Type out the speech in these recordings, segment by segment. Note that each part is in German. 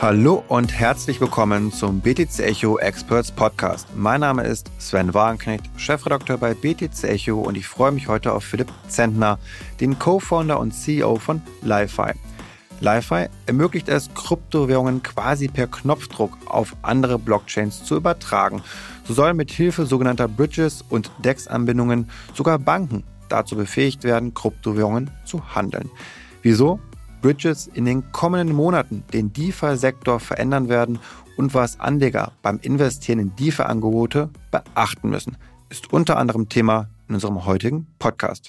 Hallo und herzlich willkommen zum BTC Echo Experts Podcast. Mein Name ist Sven Wagenknecht, Chefredakteur bei BTC Echo und ich freue mich heute auf Philipp Zentner, den Co-Founder und CEO von Li-Fi. Li-Fi ermöglicht es, Kryptowährungen quasi per Knopfdruck auf andere Blockchains zu übertragen. So sollen mit Hilfe sogenannter Bridges und DEX-Anbindungen sogar Banken dazu befähigt werden, Kryptowährungen zu handeln. Wieso Bridges in den kommenden Monaten den DeFi-Sektor verändern werden und was Anleger beim Investieren in DeFi-Angebote beachten müssen, ist unter anderem Thema in unserem heutigen Podcast.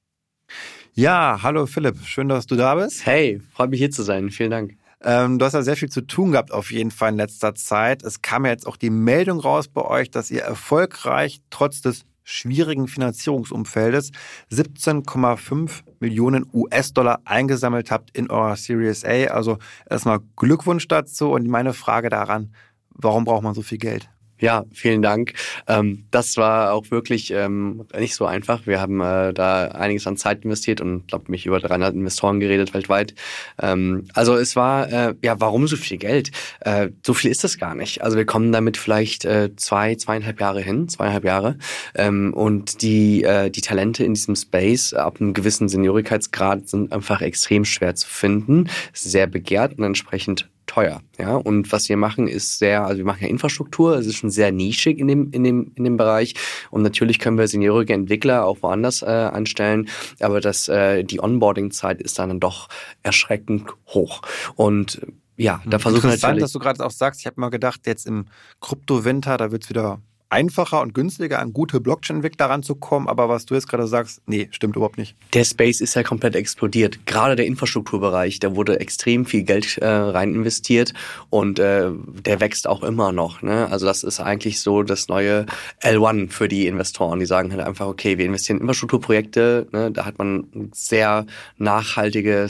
Ja, hallo Philipp, schön, dass du da bist. Hey, freut mich hier zu sein, vielen Dank. Du hast ja sehr viel zu tun gehabt auf jeden Fall in letzter Zeit. Es kam ja jetzt auch die Meldung raus bei euch, dass ihr erfolgreich trotz des schwierigen Finanzierungsumfeldes 17,5 Millionen US-Dollar eingesammelt habt in eurer Series A. Also erstmal Glückwunsch dazu und meine Frage daran, warum braucht man so viel Geld? Ja, vielen Dank. Das war auch wirklich nicht so einfach. Wir haben da einiges an Zeit investiert und, glaube mich über 300 Investoren geredet weltweit. Also es war, warum so viel Geld? So viel ist das gar nicht. Also wir kommen damit vielleicht 2,5 Jahre hin, 2,5 Jahre. Und die Talente in diesem Space ab einem gewissen Seniorigkeitsgrad sind einfach extrem schwer zu finden, sehr begehrt und entsprechend teuer, ja. Und was wir machen ist wir machen ja Infrastruktur, es ist schon sehr nischig in dem Bereich und natürlich können wir seniorige Entwickler auch woanders anstellen, aber die Onboarding-Zeit ist dann doch erschreckend hoch und ja, da versuchen wir natürlich... Interessant, dass du gerade auch sagst, ich habe mal gedacht, jetzt im Kryptowinter, da wird es wieder einfacher und günstiger, an gute Blockchain-Entwickler ranzukommen. Aber was du jetzt gerade sagst, nee, stimmt überhaupt nicht. Der Space ist ja komplett explodiert. Gerade der Infrastrukturbereich, da wurde extrem viel Geld rein investiert und der wächst auch immer noch. Ne? Also das ist eigentlich so das neue L1 für die Investoren. Die sagen halt einfach, okay, wir investieren in Infrastrukturprojekte. Ne? Da hat man ein sehr nachhaltige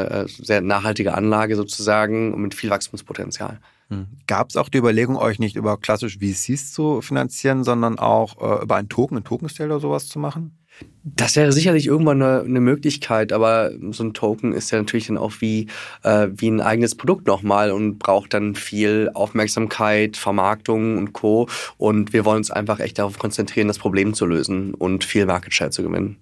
Anlage sozusagen und mit viel Wachstumspotenzial. Gab es auch die Überlegung, euch nicht über klassisch VCs zu finanzieren, sondern auch über einen Token-Sale oder sowas zu machen? Das wäre sicherlich irgendwann eine Möglichkeit, aber so ein Token ist ja natürlich dann auch wie ein eigenes Produkt nochmal und braucht dann viel Aufmerksamkeit, Vermarktung und Co. Und wir wollen uns einfach echt darauf konzentrieren, das Problem zu lösen und viel Market Share zu gewinnen.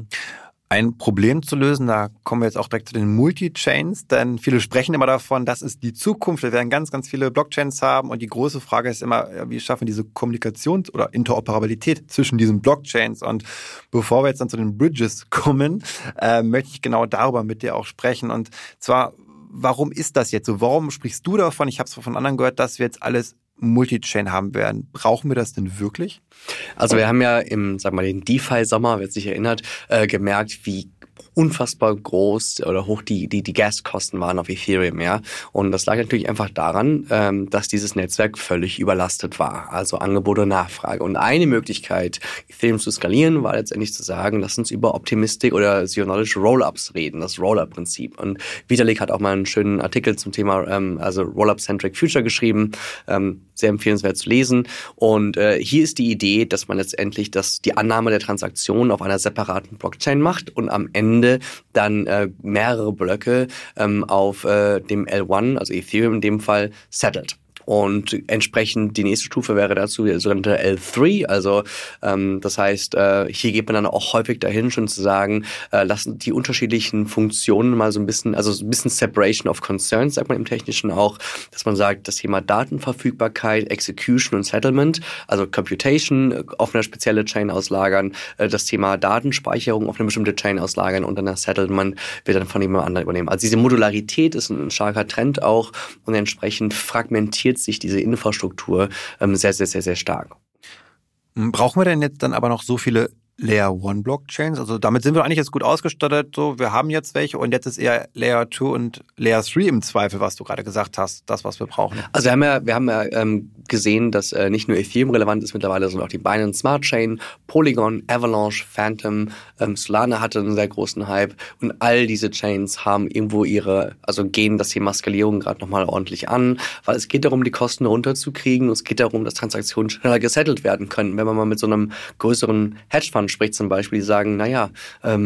Ein Problem zu lösen, da kommen wir jetzt auch direkt zu den Multi-Chains, denn viele sprechen immer davon, das ist die Zukunft, wir werden ganz, ganz viele Blockchains haben und die große Frage ist immer, wie schaffen wir diese Kommunikation oder Interoperabilität zwischen diesen Blockchains und bevor wir jetzt dann zu den Bridges kommen, möchte ich genau darüber mit dir auch sprechen und zwar, warum ist das jetzt so? Warum sprichst du davon? Ich habe es von anderen gehört, dass wir jetzt alles Multi-Chain haben werden. Brauchen wir das denn wirklich? Also wir haben ja den DeFi-Sommer, wer sich erinnert, gemerkt, wie unfassbar groß oder hoch die Gaskosten waren auf Ethereum, ja. Und das lag natürlich einfach daran, dass dieses Netzwerk völlig überlastet war. Also Angebot und Nachfrage. Und eine Möglichkeit, Ethereum zu skalieren, war letztendlich zu sagen, lass uns über Optimistic oder Zero-Knowledge Rollups reden, das Rollup-Prinzip. Und Vitalik hat auch mal einen schönen Artikel zum Thema Rollup-Centric Future geschrieben, sehr empfehlenswert zu lesen. Und hier ist die Idee, dass man letztendlich die Annahme der Transaktion auf einer separaten Blockchain macht und am Ende dann mehrere Blöcke auf dem L1, also Ethereum in dem Fall, settelt. Und entsprechend die nächste Stufe wäre dazu der sogenannte L3. Also das heißt, hier geht man dann auch häufig dahin, schon zu sagen, lassen die unterschiedlichen Funktionen mal so ein bisschen Separation of Concerns, sagt man im Technischen auch, dass man sagt, das Thema Datenverfügbarkeit, Execution und Settlement, also Computation auf eine spezielle Chain auslagern, das Thema Datenspeicherung auf eine bestimmte Chain auslagern und dann das Settlement wird dann von jemand anderem übernehmen. Also diese Modularität ist ein starker Trend auch und entsprechend fragmentiert sich diese Infrastruktur sehr, sehr, sehr, sehr stark. Brauchen wir denn jetzt dann aber noch so viele Layer-1-Blockchains? Also damit sind wir eigentlich jetzt gut ausgestattet. So, wir haben jetzt welche und jetzt ist eher Layer 2 und Layer 3 im Zweifel, was du gerade gesagt hast, das, was wir brauchen. Also wir haben ja gesehen, dass nicht nur Ethereum relevant ist mittlerweile, sondern auch die Binance Smart Chain, Polygon, Avalanche, Phantom, Solana hatte einen sehr großen Hype und all diese Chains haben irgendwo gehen das Thema Skalierung gerade nochmal ordentlich an, weil es geht darum, die Kosten runterzukriegen und es geht darum, dass Transaktionen schneller gesettelt werden können. Wenn man mal mit so einem größeren Hedgefonds spricht zum Beispiel, die sagen, wir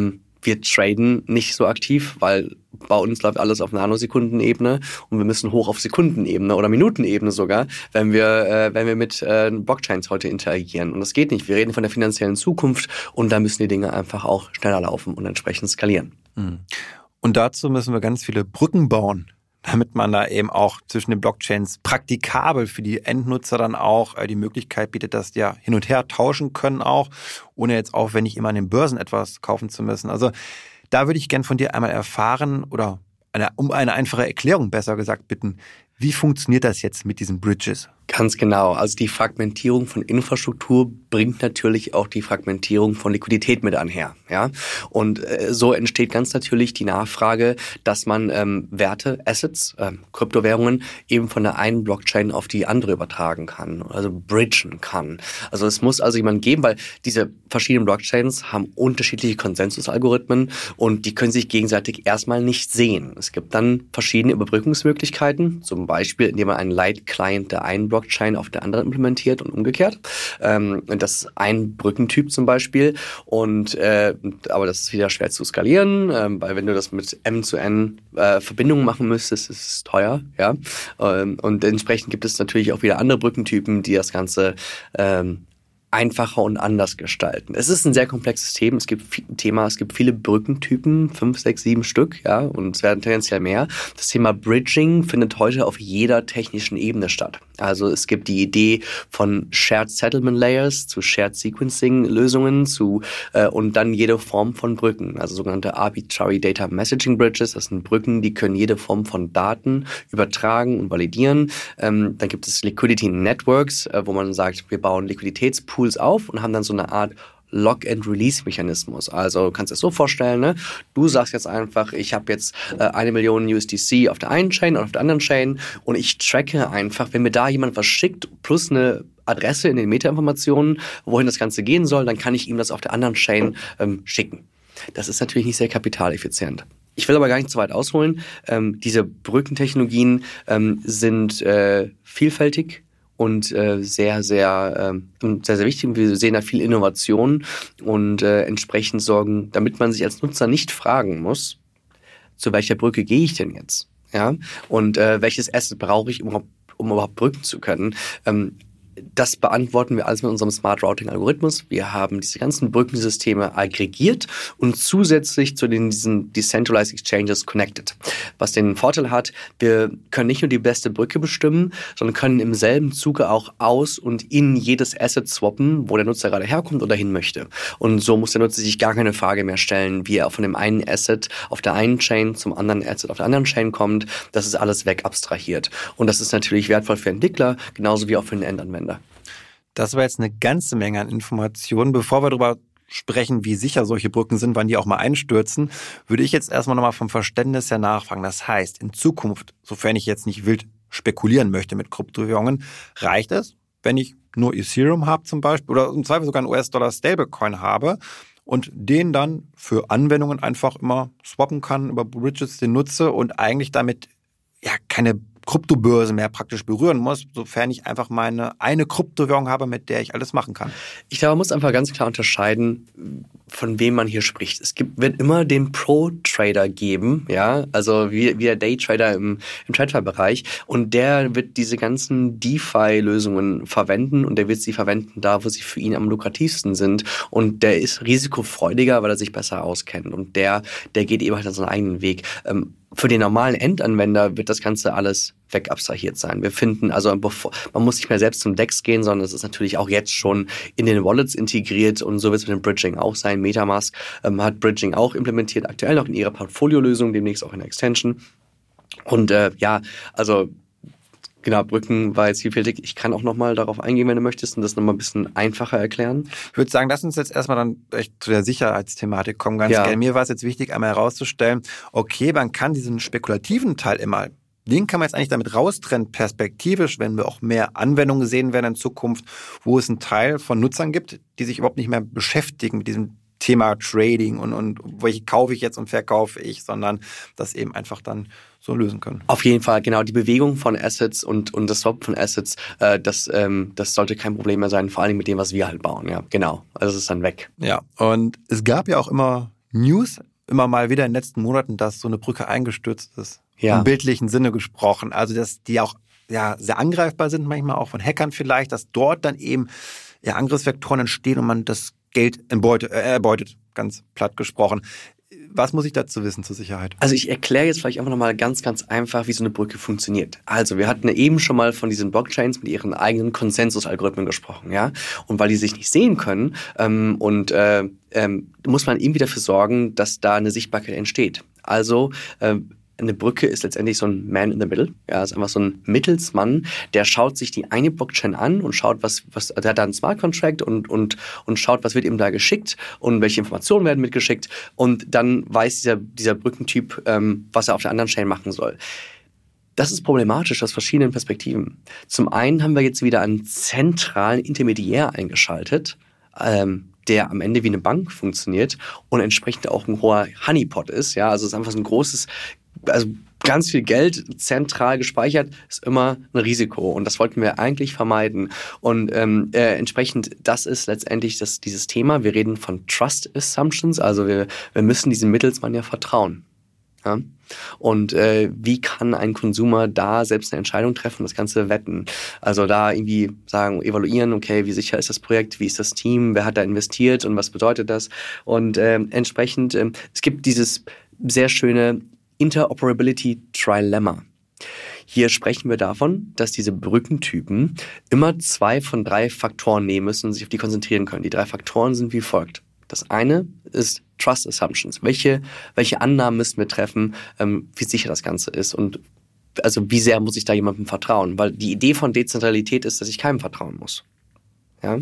wir traden nicht so aktiv, weil bei uns läuft alles auf Nanosekundenebene und wir müssen hoch auf Sekundenebene oder Minutenebene sogar, wenn wir mit Blockchains heute interagieren. Und das geht nicht. Wir reden von der finanziellen Zukunft und da müssen die Dinge einfach auch schneller laufen und entsprechend skalieren. Und dazu müssen wir ganz viele Brücken bauen, damit man da eben auch zwischen den Blockchains praktikabel für die Endnutzer dann auch die Möglichkeit bietet, dass die ja hin und her tauschen können auch, ohne jetzt aufwendig immer an den Börsen etwas kaufen zu müssen. Also da würde ich gern von dir einmal erfahren oder um eine einfache Erklärung besser gesagt bitten, wie funktioniert das jetzt mit diesen Bridges? Ganz genau. Also die Fragmentierung von Infrastruktur bringt natürlich auch die Fragmentierung von Liquidität mit einher. Ja? Und so entsteht ganz natürlich die Nachfrage, dass man Werte, Assets, Kryptowährungen eben von der einen Blockchain auf die andere übertragen kann, also bridgen kann. Also es muss also jemand geben, weil diese verschiedenen Blockchains haben unterschiedliche Konsensusalgorithmen und die können sich gegenseitig erstmal nicht sehen. Es gibt dann verschiedene Überbrückungsmöglichkeiten, zum Beispiel indem man einen Light-Client der einen Blockchain auf der anderen implementiert und umgekehrt. Das ist ein Brückentyp zum Beispiel. Aber das ist wieder schwer zu skalieren, weil wenn du das mit M2N Verbindungen machen müsstest, ist es teuer. Ja? Und entsprechend gibt es natürlich auch wieder andere Brückentypen, die das Ganze einfacher und anders gestalten. Es ist ein sehr komplexes Thema. Es gibt viele Brückentypen, 5, 6, 7 Stück, ja, und es werden tendenziell mehr. Das Thema Bridging findet heute auf jeder technischen Ebene statt. Also es gibt die Idee von Shared Settlement Layers zu Shared Sequencing Lösungen und dann jede Form von Brücken, also sogenannte Arbitrary Data Messaging Bridges. Das sind Brücken, die können jede Form von Daten übertragen und validieren. Dann gibt es Liquidity Networks, wo man sagt, wir bauen Liquiditätspools auf und haben dann so eine Art Lock-and-Release-Mechanismus. Also du kannst dir das so vorstellen, ne? Du sagst jetzt einfach, ich habe jetzt 1 Million USDC auf der einen Chain und auf der anderen Chain und ich tracke einfach, wenn mir da jemand was schickt, plus eine Adresse in den Metainformationen, wohin das Ganze gehen soll, dann kann ich ihm das auf der anderen Chain schicken. Das ist natürlich nicht sehr kapitaleffizient. Ich will aber gar nicht zu weit ausholen. Diese Brückentechnologien sind vielfältig und sehr, sehr wichtig. Wir sehen da viel Innovation und entsprechend sorgen, damit man sich als Nutzer nicht fragen muss, zu welcher Brücke gehe ich denn jetzt? Ja? Und welches Asset brauche ich, um überhaupt brücken zu können? Das beantworten wir alles mit unserem Smart Routing Algorithmus. Wir haben diese ganzen Brückensysteme aggregiert und zusätzlich zu diesen Decentralized Exchanges connected. Was den Vorteil hat, wir können nicht nur die beste Brücke bestimmen, sondern können im selben Zuge auch aus und in jedes Asset swappen, wo der Nutzer gerade herkommt oder hin möchte. Und so muss der Nutzer sich gar keine Frage mehr stellen, wie er von dem einen Asset auf der einen Chain zum anderen Asset auf der anderen Chain kommt. Das ist alles wegabstrahiert. Und das ist natürlich wertvoll für Entwickler, genauso wie auch für den Endanwender. Das war jetzt eine ganze Menge an Informationen. Bevor wir darüber sprechen, wie sicher solche Brücken sind, wann die auch mal einstürzen, würde ich jetzt erstmal nochmal vom Verständnis her nachfragen. Das heißt, in Zukunft, sofern ich jetzt nicht wild spekulieren möchte mit Kryptowährungen, reicht es, wenn ich nur Ethereum habe zum Beispiel oder im Zweifel sogar einen US-Dollar-Stablecoin habe und den dann für Anwendungen einfach immer swappen kann, über Bridges den nutze und eigentlich damit ja keine Kryptobörse mehr praktisch berühren muss, sofern ich einfach meine eine Kryptowährung habe, mit der ich alles machen kann. Ich glaube, man muss einfach ganz klar unterscheiden, von wem man hier spricht. Wird immer den Pro-Trader geben, ja, also wie der Day-Trader im TradFi-Bereich und der wird diese ganzen DeFi-Lösungen verwenden und der wird sie verwenden da, wo sie für ihn am lukrativsten sind und der ist risikofreudiger, weil er sich besser auskennt und der geht eben halt seinen eigenen Weg. Für den normalen Endanwender wird das Ganze alles wegabstrahiert sein. Wir finden, also man muss nicht mehr selbst zum DEX gehen, sondern es ist natürlich auch jetzt schon in den Wallets integriert und so wird es mit dem Bridging auch sein. MetaMask hat Bridging auch implementiert, aktuell noch in ihrer Portfoliolösung, demnächst auch in der Extension. Und genau, Brücken war jetzt vielfältig. Ich kann auch nochmal darauf eingehen, wenn du möchtest, und das nochmal ein bisschen einfacher erklären. Ich würde sagen, lass uns jetzt erstmal dann echt zu der Sicherheitsthematik kommen. Ganz gerne. Mir war es jetzt wichtig, einmal herauszustellen, okay, man kann diesen spekulativen Teil immer, den kann man jetzt eigentlich damit raustrennen, perspektivisch, wenn wir auch mehr Anwendungen sehen werden in Zukunft, wo es einen Teil von Nutzern gibt, die sich überhaupt nicht mehr beschäftigen mit diesem Thema Trading und welche kaufe ich jetzt und verkaufe ich, sondern das eben einfach dann so lösen können. Auf jeden Fall, genau. Die Bewegung von Assets und das Swap von Assets, das sollte kein Problem mehr sein, vor allem mit dem, was wir halt bauen. Ja, genau. Also es ist dann weg. Ja, und es gab ja auch immer News immer mal wieder in den letzten Monaten, dass so eine Brücke eingestürzt ist. Ja. Im bildlichen Sinne gesprochen. Also, dass die auch sehr angreifbar sind, manchmal auch von Hackern vielleicht, dass dort dann eben Angriffsvektoren entstehen und man das Geld erbeutet, ganz platt gesprochen. Was muss ich dazu wissen zur Sicherheit? Also ich erkläre jetzt vielleicht einfach nochmal ganz, ganz einfach, wie so eine Brücke funktioniert. Also wir hatten ja eben schon mal von diesen Blockchains mit ihren eigenen Konsensusalgorithmen gesprochen, ja. Und weil die sich nicht sehen können muss man eben wieder dafür sorgen, dass da eine Sichtbarkeit entsteht. Also eine Brücke ist letztendlich so ein Man in the Middle. Ja, ist einfach so ein Mittelsmann, der schaut sich die eine Blockchain an und schaut, der hat da einen Smart Contract und schaut, was wird ihm da geschickt und welche Informationen werden mitgeschickt. Und dann weiß dieser Brückentyp, was er auf der anderen Chain machen soll. Das ist problematisch aus verschiedenen Perspektiven. Zum einen haben wir jetzt wieder einen zentralen Intermediär eingeschaltet, der am Ende wie eine Bank funktioniert und entsprechend auch ein hoher Honeypot ist. Ja, also es ist einfach so ein großes, also ganz viel Geld zentral gespeichert, ist immer ein Risiko. Und das wollten wir eigentlich vermeiden. Und entsprechend, das ist letztendlich dieses Thema. Wir reden von Trust Assumptions. Also wir müssen diesem Mittelsmann ja vertrauen. Ja? Und wie kann ein Consumer da selbst eine Entscheidung treffen, das Ganze wetten? Also da irgendwie sagen, evaluieren, okay, wie sicher ist das Projekt, wie ist das Team, wer hat da investiert und was bedeutet das? Und entsprechend, es gibt dieses sehr schöne Interoperability Trilemma. Hier sprechen wir davon, dass diese Brückentypen immer 2 von 3 Faktoren nehmen müssen und sich auf die konzentrieren können. Die 3 Faktoren sind wie folgt. Das eine ist Trust Assumptions. Welche Annahmen müssen wir treffen, wie sicher das Ganze ist und also wie sehr muss ich da jemandem vertrauen? Weil die Idee von Dezentralität ist, dass ich keinem vertrauen muss. Ja?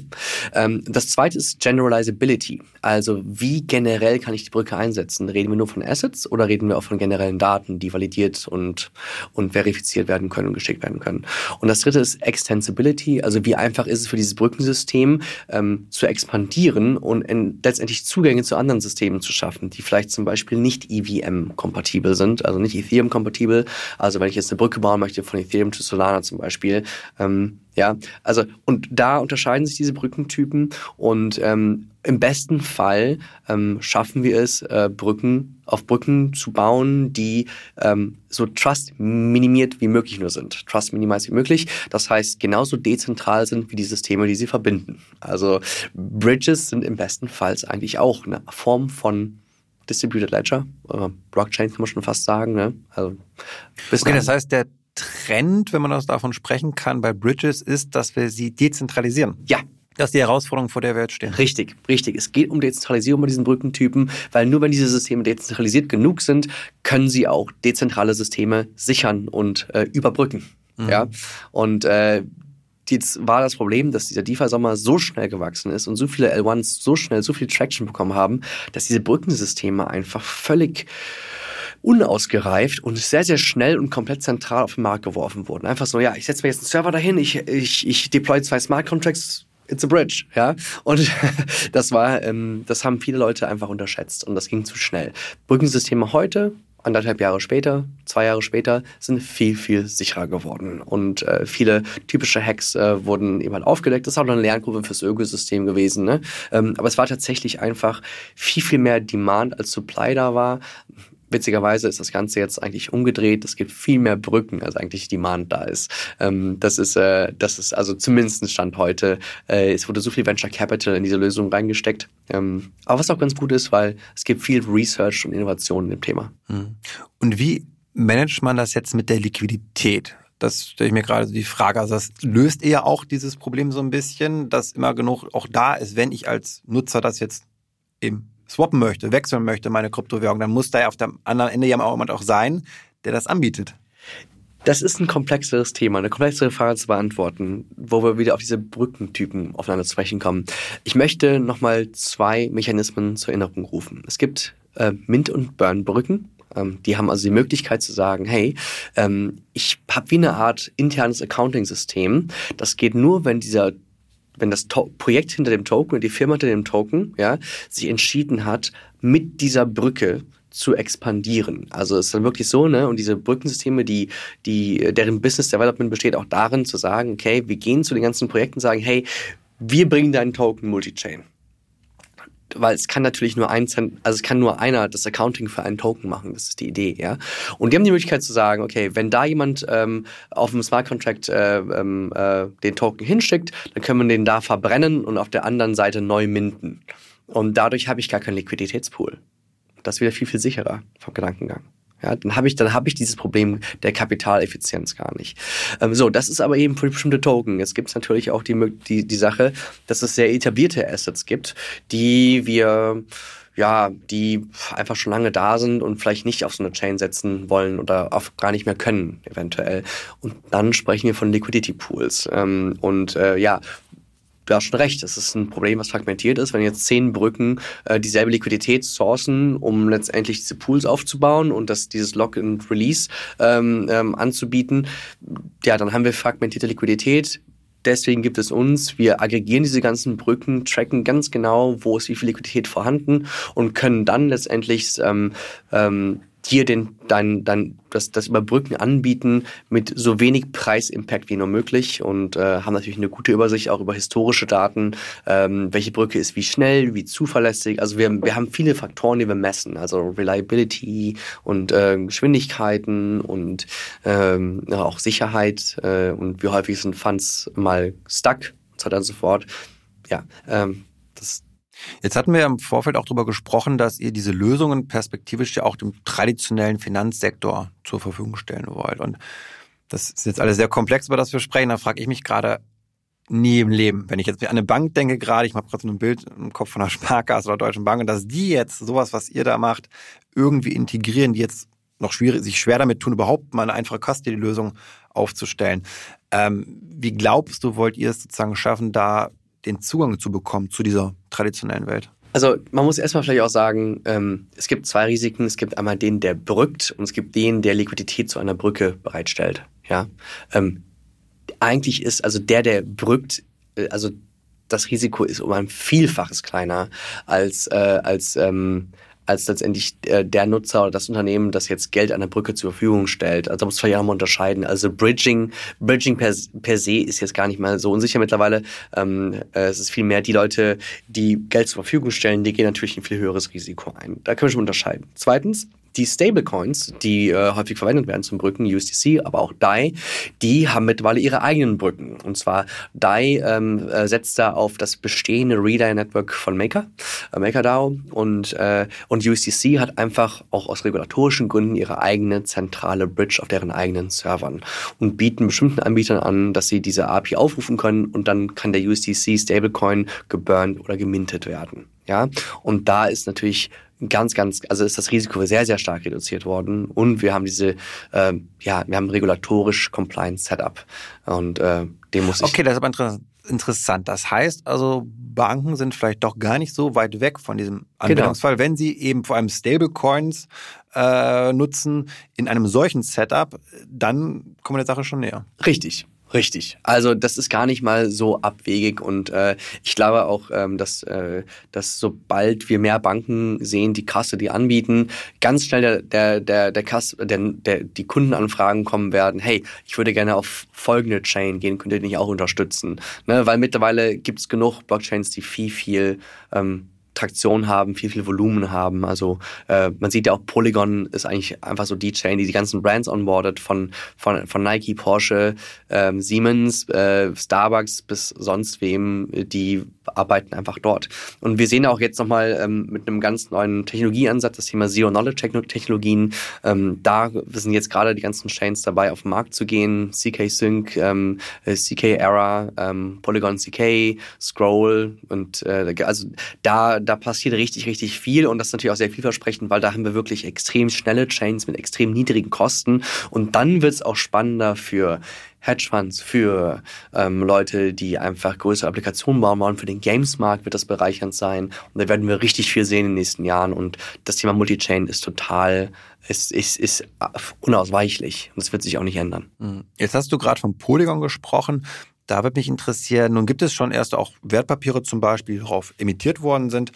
Das zweite ist Generalizability. Also wie generell kann ich die Brücke einsetzen? Reden wir nur von Assets oder reden wir auch von generellen Daten, die validiert und verifiziert werden können und geschickt werden können? Und das dritte ist Extensibility. Also wie einfach ist es für dieses Brückensystem zu expandieren und letztendlich Zugänge zu anderen Systemen zu schaffen, die vielleicht zum Beispiel nicht EVM-kompatibel sind, also nicht Ethereum-kompatibel. Also wenn ich jetzt eine Brücke bauen möchte von Ethereum zu Solana zum Beispiel, ja, also und da unterscheiden sich diese Brückentypen und im besten Fall schaffen wir es, Brücken zu bauen, die so trust-minimiert wie möglich nur sind. Trust-minimized wie möglich. Das heißt, genauso dezentral sind wie die Systeme, die sie verbinden. Also Bridges sind im besten Fall eigentlich auch eine Form von Distributed Ledger, Blockchain kann man schon fast sagen. Ne? Also, okay, das heißt, der Trend, wenn man davon sprechen kann, bei Bridges ist, dass wir sie dezentralisieren. Ja. Das ist die Herausforderung, vor der wir jetzt stehen. Richtig. Es geht um Dezentralisierung bei diesen Brückentypen, weil nur wenn diese Systeme dezentralisiert genug sind, können sie auch dezentrale Systeme sichern und überbrücken. Mhm. Ja? Und jetzt war das Problem, dass dieser DeFi-Sommer so schnell gewachsen ist und so viele L1s so schnell so viel Traction bekommen haben, dass diese Brückensysteme einfach völlig unausgereift und sehr, sehr schnell und komplett zentral auf den Markt geworfen wurden. Einfach so, ich setze mir jetzt einen Server dahin, ich deploy 2 Smart Contracts, it's a bridge, ja. Und das haben viele Leute einfach unterschätzt und das ging zu schnell. Brückensysteme heute, 1,5 Jahre später, 2 Jahre später, sind viel, viel sicherer geworden. Und viele typische Hacks wurden eben halt aufgedeckt. Das ist auch noch eine Lernkurve fürs Ökosystem gewesen. Ne? Aber es war tatsächlich einfach viel, viel mehr Demand als Supply da war. Witzigerweise ist das Ganze jetzt eigentlich umgedreht. Es gibt viel mehr Brücken, als eigentlich Demand da ist. Das ist also zumindest Stand heute. Es wurde so viel Venture Capital in diese Lösung reingesteckt. Aber was auch ganz gut ist, weil es gibt viel Research und Innovation in dem Thema. Und wie managt man das jetzt mit der Liquidität? Das stelle ich mir gerade so die Frage. Also das löst eher auch dieses Problem so ein bisschen, dass immer genug auch da ist, wenn ich als Nutzer das jetzt eben swappen möchte, wechseln möchte, meine Kryptowährung, dann muss da ja auf dem anderen Ende ja jemand auch sein, der das anbietet. Das ist ein komplexeres Thema, eine komplexere Frage zu beantworten, wo wir wieder auf diese Brückentypen aufeinander zu sprechen kommen. Ich möchte nochmal 2 Mechanismen zur Erinnerung rufen. Es gibt Mint- und Burn-Brücken. Die haben also die Möglichkeit zu sagen, hey, ich habe wie eine Art internes Accounting-System. Das geht nur, wenn das Projekt hinter dem Token, die Firma hinter dem Token, sich entschieden hat, mit dieser Brücke zu expandieren. Also es ist dann wirklich so, ne? Und diese Brückensysteme, deren Business Development besteht auch darin, zu sagen, okay, wir gehen zu den ganzen Projekten und sagen, hey, wir bringen deinen Token Multichain. weil es kann natürlich nur es kann nur einer das Accounting für einen Token machen, das ist die Idee, ja. Und die haben die Möglichkeit zu sagen, okay, wenn da jemand auf dem Smart Contract den Token hinschickt, dann können wir den da verbrennen und auf der anderen Seite neu minten. Und dadurch habe ich gar keinen Liquiditätspool. Das ist wieder viel, viel sicherer vom Gedankengang. Ja, dann habe ich dieses Problem der Kapitaleffizienz gar nicht. Das ist aber eben für bestimmte Token. Jetzt gibt es natürlich auch die Sache, dass es sehr etablierte Assets gibt, die einfach schon lange da sind und vielleicht nicht auf so eine Chain setzen wollen oder gar nicht mehr können, eventuell. Und dann sprechen wir von Liquidity Pools. Du hast schon recht, das ist ein Problem, was fragmentiert ist. Wenn jetzt 10 Brücken dieselbe Liquidität sourcen, um letztendlich diese Pools aufzubauen und dieses Lock and Release anzubieten, ja, dann haben wir fragmentierte Liquidität. Deswegen gibt es uns, wir aggregieren diese ganzen Brücken, tracken ganz genau, wo ist wie viel Liquidität vorhanden und können dann letztendlich dir das Überbrücken anbieten mit so wenig Preisimpact wie nur möglich und haben natürlich eine gute Übersicht auch über historische Daten, welche Brücke ist wie schnell, wie zuverlässig. Also wir haben viele Faktoren, die wir messen, also Reliability und Geschwindigkeiten und auch Sicherheit und wie häufig sind Funds mal stuck und so weiter und so fort. Ja, Jetzt hatten wir im Vorfeld auch darüber gesprochen, dass ihr diese Lösungen perspektivisch ja auch dem traditionellen Finanzsektor zur Verfügung stellen wollt. Und das ist jetzt alles sehr komplex, über das wir sprechen. Da frage ich mich gerade, nie im Leben, wenn ich jetzt an eine Bank denke gerade, ich habe gerade so ein Bild im Kopf von einer Sparkasse oder Deutschen Bank und dass die jetzt sowas, was ihr da macht, irgendwie integrieren, die jetzt noch sich schwer damit tun, überhaupt mal eine einfache Custody-Lösung aufzustellen. Wie glaubst du, wollt ihr es sozusagen schaffen, da den Zugang zu bekommen zu dieser traditionellen Welt? Also man muss erstmal vielleicht auch sagen, es gibt 2 Risiken. Es gibt einmal den, der brückt und es gibt den, der Liquidität zu einer Brücke bereitstellt. Ja? Eigentlich ist also der brückt, also das Risiko ist um ein Vielfaches kleiner als letztendlich der Nutzer oder das Unternehmen, das jetzt Geld an der Brücke zur Verfügung stellt. Also da muss man vielleicht auch mal unterscheiden. Also Bridging per se ist jetzt gar nicht mal so unsicher mittlerweile. Es ist vielmehr die Leute, die Geld zur Verfügung stellen, die gehen natürlich ein viel höheres Risiko ein. Da können wir schon unterscheiden. Zweitens, die Stablecoins, die häufig verwendet werden zum Brücken, USDC, aber auch DAI, die haben mittlerweile ihre eigenen Brücken. Und zwar DAI setzt da auf das bestehende Redai-Network von MakerDAO und USDC hat einfach auch aus regulatorischen Gründen ihre eigene zentrale Bridge auf deren eigenen Servern und bieten bestimmten Anbietern an, dass sie diese API aufrufen können und dann kann der USDC Stablecoin geburnt oder gemintet werden. Ja, und da ist natürlich also ist das Risiko sehr, sehr stark reduziert worden und wir haben wir haben regulatorisch Compliance Setup und dem muss ich... Okay, das ist aber interessant. Das heißt also, Banken sind vielleicht doch gar nicht so weit weg von diesem Anwendungsfall, wenn sie eben vor allem Stablecoins nutzen in einem solchen Setup, dann kommen wir der Sache schon näher. Richtig. Also das ist gar nicht mal so abwegig und ich glaube auch, dass sobald wir mehr Banken sehen, die Custody anbieten, ganz schnell die Kundenanfragen kommen werden, hey, ich würde gerne auf folgende Chain gehen, könnt ihr nicht auch unterstützen? Ne? Weil mittlerweile gibt es genug Blockchains, die viel Traktion haben, viel Volumen haben. Also man sieht ja auch, Polygon ist eigentlich einfach so die Chain, die ganzen Brands onboardet, von Nike, Porsche, Siemens, Starbucks bis sonst wem, die arbeiten einfach dort. Und wir sehen auch jetzt nochmal mit einem ganz neuen Technologieansatz das Thema Zero-Knowledge-Technologien. Da sind jetzt gerade die ganzen Chains dabei, auf den Markt zu gehen. CK-Sync, CK-Era, Polygon CK, Scroll und also da passiert richtig viel und das ist natürlich auch sehr vielversprechend, weil da haben wir wirklich extrem schnelle Chains mit extrem niedrigen Kosten und dann wird es auch spannender für Hedgefonds, für Leute, die einfach größere Applikationen bauen wollen. Für den Games-Markt wird das bereichernd sein und da werden wir richtig viel sehen in den nächsten Jahren und das Thema Multichain ist ist unausweichlich und das wird sich auch nicht ändern. Jetzt hast du gerade von Polygon gesprochen. Da würde mich interessieren, nun gibt es schon erst auch Wertpapiere zum Beispiel, die darauf emittiert worden sind.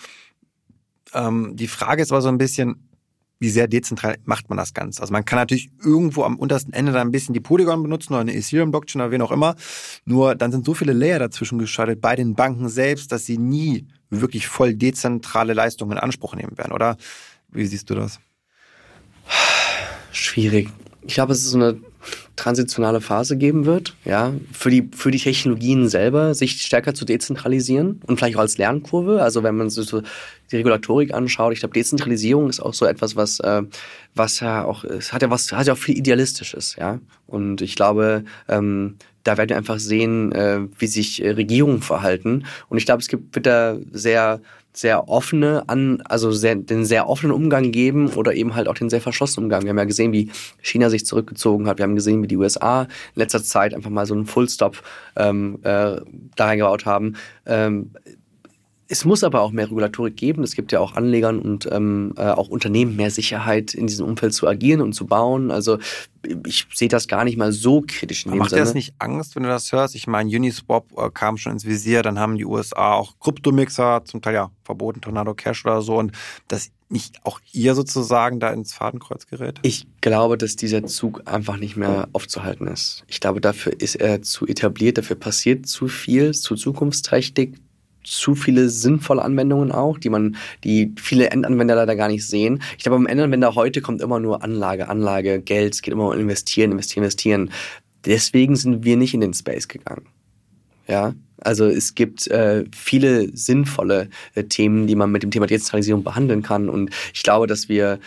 Die Frage ist aber so ein bisschen, wie sehr dezentral macht man das Ganze? Also man kann natürlich irgendwo am untersten Ende dann ein bisschen die Polygon benutzen oder eine Ethereum-Blockchain oder wen auch immer. Nur dann sind so viele Layer dazwischen geschaltet bei den Banken selbst, dass sie nie wirklich voll dezentrale Leistungen in Anspruch nehmen werden, oder? Wie siehst du das? Schwierig. Ich glaube, es ist so eine transitionale Phase geben wird, ja, für die Technologien selber sich stärker zu dezentralisieren und vielleicht auch als Lernkurve. Also wenn man sich so die Regulatorik anschaut, ich glaube, Dezentralisierung ist auch so etwas, was ja auch, es hat ja auch viel Idealistisches, ja. Und ich glaube, da werden wir einfach sehen, wie sich Regierungen verhalten. Und ich glaube, wird da sehr offene den sehr offenen Umgang geben oder eben halt auch den sehr verschlossenen Umgang. Wir haben ja gesehen, wie China sich zurückgezogen hat. Wir haben gesehen, wie die USA in letzter Zeit einfach mal so einen Fullstop da reingebaut haben. Es muss aber auch mehr Regulatorik geben. Es gibt ja auch Anlegern und auch Unternehmen mehr Sicherheit in diesem Umfeld zu agieren und zu bauen. Also ich sehe das gar nicht mal so kritisch in dem Macht Sinne. dir das nicht Angst, wenn du das hörst? Ich meine, Uniswap kam schon ins Visier, dann haben die USA auch Kryptomixer, zum Teil ja verboten, Tornado Cash oder so, und dass nicht auch ihr sozusagen da ins Fadenkreuz gerät? Ich glaube, dass dieser Zug einfach nicht mehr aufzuhalten ist. Ich glaube, dafür ist er zu etabliert, dafür passiert zu viel, zu zukunftsträchtig, zu viele sinnvolle Anwendungen auch, die viele Endanwender leider gar nicht sehen. Ich glaube, beim Endanwender heute kommt immer nur Anlage, Geld, es geht immer um investieren. Deswegen sind wir nicht in den Space gegangen. Ja, also es gibt viele sinnvolle Themen, die man mit dem Thema Dezentralisierung behandeln kann, und ich glaube, dass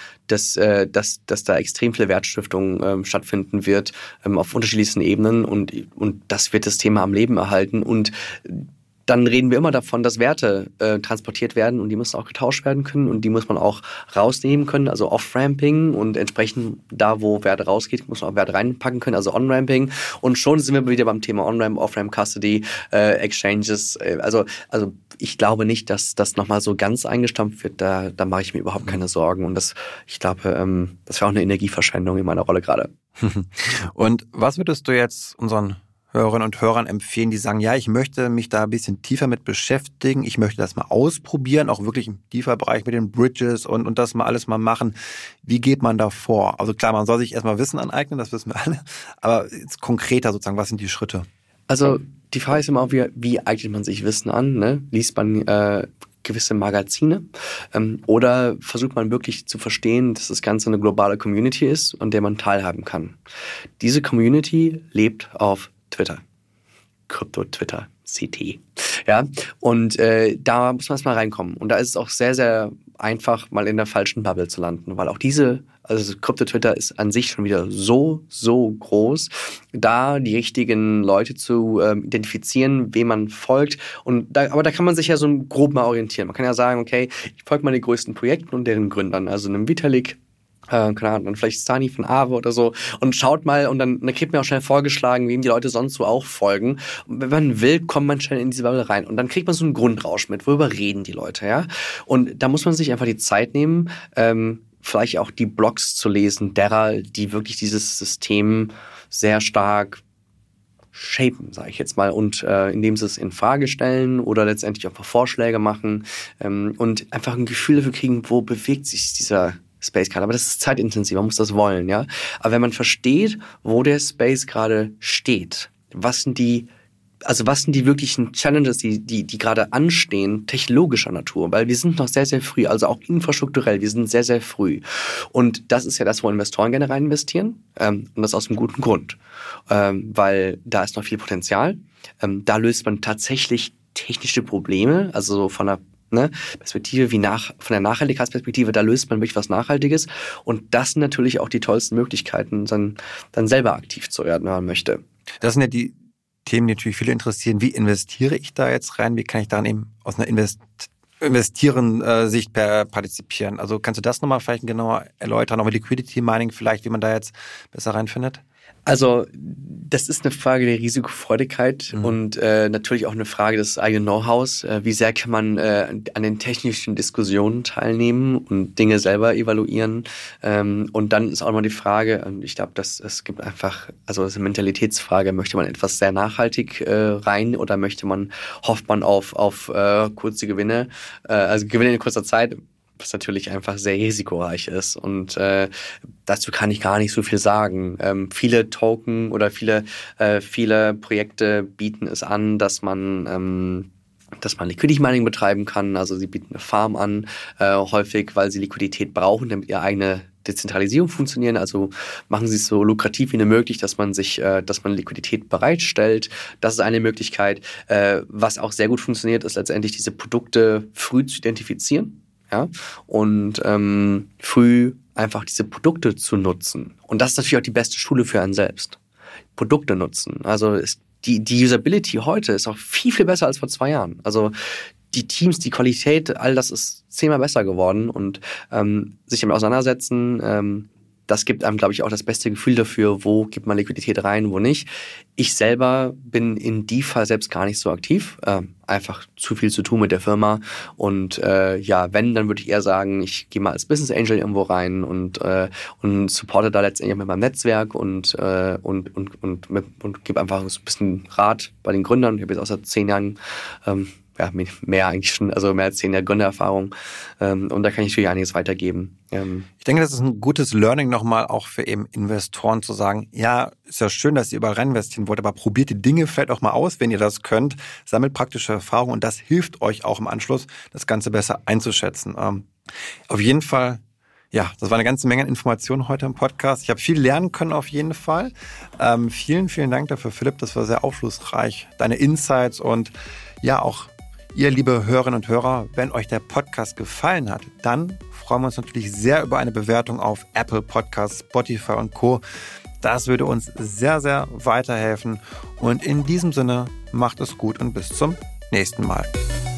da extrem viel Wertstiftung stattfinden wird auf unterschiedlichsten Ebenen, und das wird das Thema am Leben erhalten. Und dann reden wir immer davon, dass Werte transportiert werden, und die müssen auch getauscht werden können, und die muss man auch rausnehmen können, also Off-Ramping, und entsprechend da, wo Werte rausgeht, muss man auch Werte reinpacken können, also On-Ramping, und schon sind wir wieder beim Thema On-Ramp, Off-Ramp, Custody, Exchanges, also ich glaube nicht, dass das nochmal so ganz eingestampft wird, da mache ich mir überhaupt keine Sorgen, und ich glaube, das wäre auch eine Energieverschwendung in meiner Rolle gerade. Und was würdest du jetzt unseren Hörerinnen und Hörern empfehlen, die sagen, ja, ich möchte mich da ein bisschen tiefer mit beschäftigen, ich möchte das mal ausprobieren, auch wirklich im tiefer Bereich mit den Bridges und das mal alles mal machen. Wie geht man da vor? Also klar, man soll sich erstmal Wissen aneignen, das wissen wir alle, aber jetzt konkreter sozusagen, was sind die Schritte? Also die Frage ist immer auch, wie eignet man sich Wissen an? Ne? Liest man gewisse Magazine oder versucht man wirklich zu verstehen, dass das Ganze eine globale Community ist, an der man teilhaben kann. Diese Community lebt auf Twitter. Krypto-Twitter, CT. Ja, und da muss man erstmal reinkommen. Und da ist es auch sehr, sehr einfach, mal in der falschen Bubble zu landen, weil auch also Krypto-Twitter ist an sich schon wieder so groß, da die richtigen Leute zu identifizieren, wem man folgt. Aber da kann man sich ja so grob mal orientieren. Man kann ja sagen, okay, ich folge mal den größten Projekten und deren Gründern, also einem Vitalik, keine Ahnung, dann vielleicht Stani von Aave oder so, und schaut mal, und dann kriegt man auch schnell vorgeschlagen, wem die Leute sonst so auch folgen. Und wenn man will, kommt man schnell in diese Bubble rein, und dann kriegt man so einen Grundrausch mit, worüber reden die Leute, ja? Und da muss man sich einfach die Zeit nehmen, vielleicht auch die Blogs zu lesen, derer, die wirklich dieses System sehr stark shapen, sage ich jetzt mal, und indem sie es in Frage stellen oder letztendlich einfach Vorschläge machen und einfach ein Gefühl dafür kriegen, wo bewegt sich dieser Space gerade. Aber das ist zeitintensiv, man muss das wollen, ja. Aber wenn man versteht, wo der Space gerade steht, was sind die wirklichen Challenges, die gerade anstehen, technologischer Natur, weil wir sind noch sehr, sehr früh, also auch infrastrukturell, wir sind sehr, sehr früh. Und das ist ja das, wo Investoren gerne rein investieren, und das aus einem guten Grund, weil da ist noch viel Potenzial. Da löst man tatsächlich technische Probleme, also so von der Perspektive von der Nachhaltigkeitsperspektive, da löst man wirklich was Nachhaltiges, und das sind natürlich auch die tollsten Möglichkeiten, dann selber aktiv zu werden, wenn man möchte. Das sind ja die Themen, die natürlich viele interessieren. Wie investiere ich da jetzt rein? Wie kann ich dann eben aus einer Investieren-Sicht partizipieren? Also kannst du das nochmal vielleicht genauer erläutern, auch mit Liquidity Mining vielleicht, wie man da jetzt besser reinfindet? Also das ist eine Frage der Risikofreudigkeit und natürlich auch eine Frage des eigenen Know-hows. Wie sehr kann man an den technischen Diskussionen teilnehmen und Dinge selber evaluieren? Und dann ist auch immer die Frage, und ich glaube, es gibt einfach, also es ist eine Mentalitätsfrage, möchte man etwas sehr nachhaltig rein, oder hofft man auf kurze Gewinne, also Gewinne in kurzer Zeit, was natürlich einfach sehr risikoreich ist. Und dazu kann ich gar nicht so viel sagen. Viele Token oder viele Projekte bieten es an, dass man dass man Liquidity Mining betreiben kann. Also sie bieten eine Farm an, häufig, weil sie Liquidität brauchen, damit ihre eigene Dezentralisierung funktionieren. Also machen sie es so lukrativ wie möglich, dass man Liquidität bereitstellt. Das ist eine Möglichkeit. Was auch sehr gut funktioniert, ist letztendlich diese Produkte früh zu identifizieren, ja, und früh einfach diese Produkte zu nutzen. Und das ist natürlich auch die beste Schule für einen selbst. Produkte nutzen. Also die Usability heute ist auch viel, viel besser als vor 2 Jahren. Also die Teams, die Qualität, all das ist 10-mal besser geworden und sich damit auseinandersetzen, das gibt einem, glaube ich, auch das beste Gefühl dafür, wo gibt man Liquidität rein, wo nicht. Ich selber bin in DeFi selbst gar nicht so aktiv. Einfach zu viel zu tun mit der Firma. Und wenn, dann würde ich eher sagen, ich gehe mal als Business Angel irgendwo rein und supporte da letztendlich mit meinem Netzwerk und gebe einfach so ein bisschen Rat bei den Gründern. Ich habe jetzt auch seit 10 Jahren mehr eigentlich schon, also mehr als 10 Jahre Gründererfahrung. Und da kann ich natürlich einiges weitergeben. Ich denke, das ist ein gutes Learning nochmal auch für eben Investoren zu sagen, ja, ist ja schön, dass ihr überall rein investieren wollt, aber probiert die Dinge vielleicht auch mal aus, wenn ihr das könnt. Sammelt praktische Erfahrung und das hilft euch auch im Anschluss, das Ganze besser einzuschätzen. Auf jeden Fall, ja, das war eine ganze Menge Informationen heute im Podcast. Ich habe viel lernen können auf jeden Fall. Vielen, vielen Dank dafür, Philipp. Das war sehr aufschlussreich. Deine Insights und ja auch ihr, liebe Hörerinnen und Hörer, wenn euch der Podcast gefallen hat, dann freuen wir uns natürlich sehr über eine Bewertung auf Apple Podcasts, Spotify und Co. Das würde uns sehr, sehr weiterhelfen. Und in diesem Sinne, macht es gut und bis zum nächsten Mal.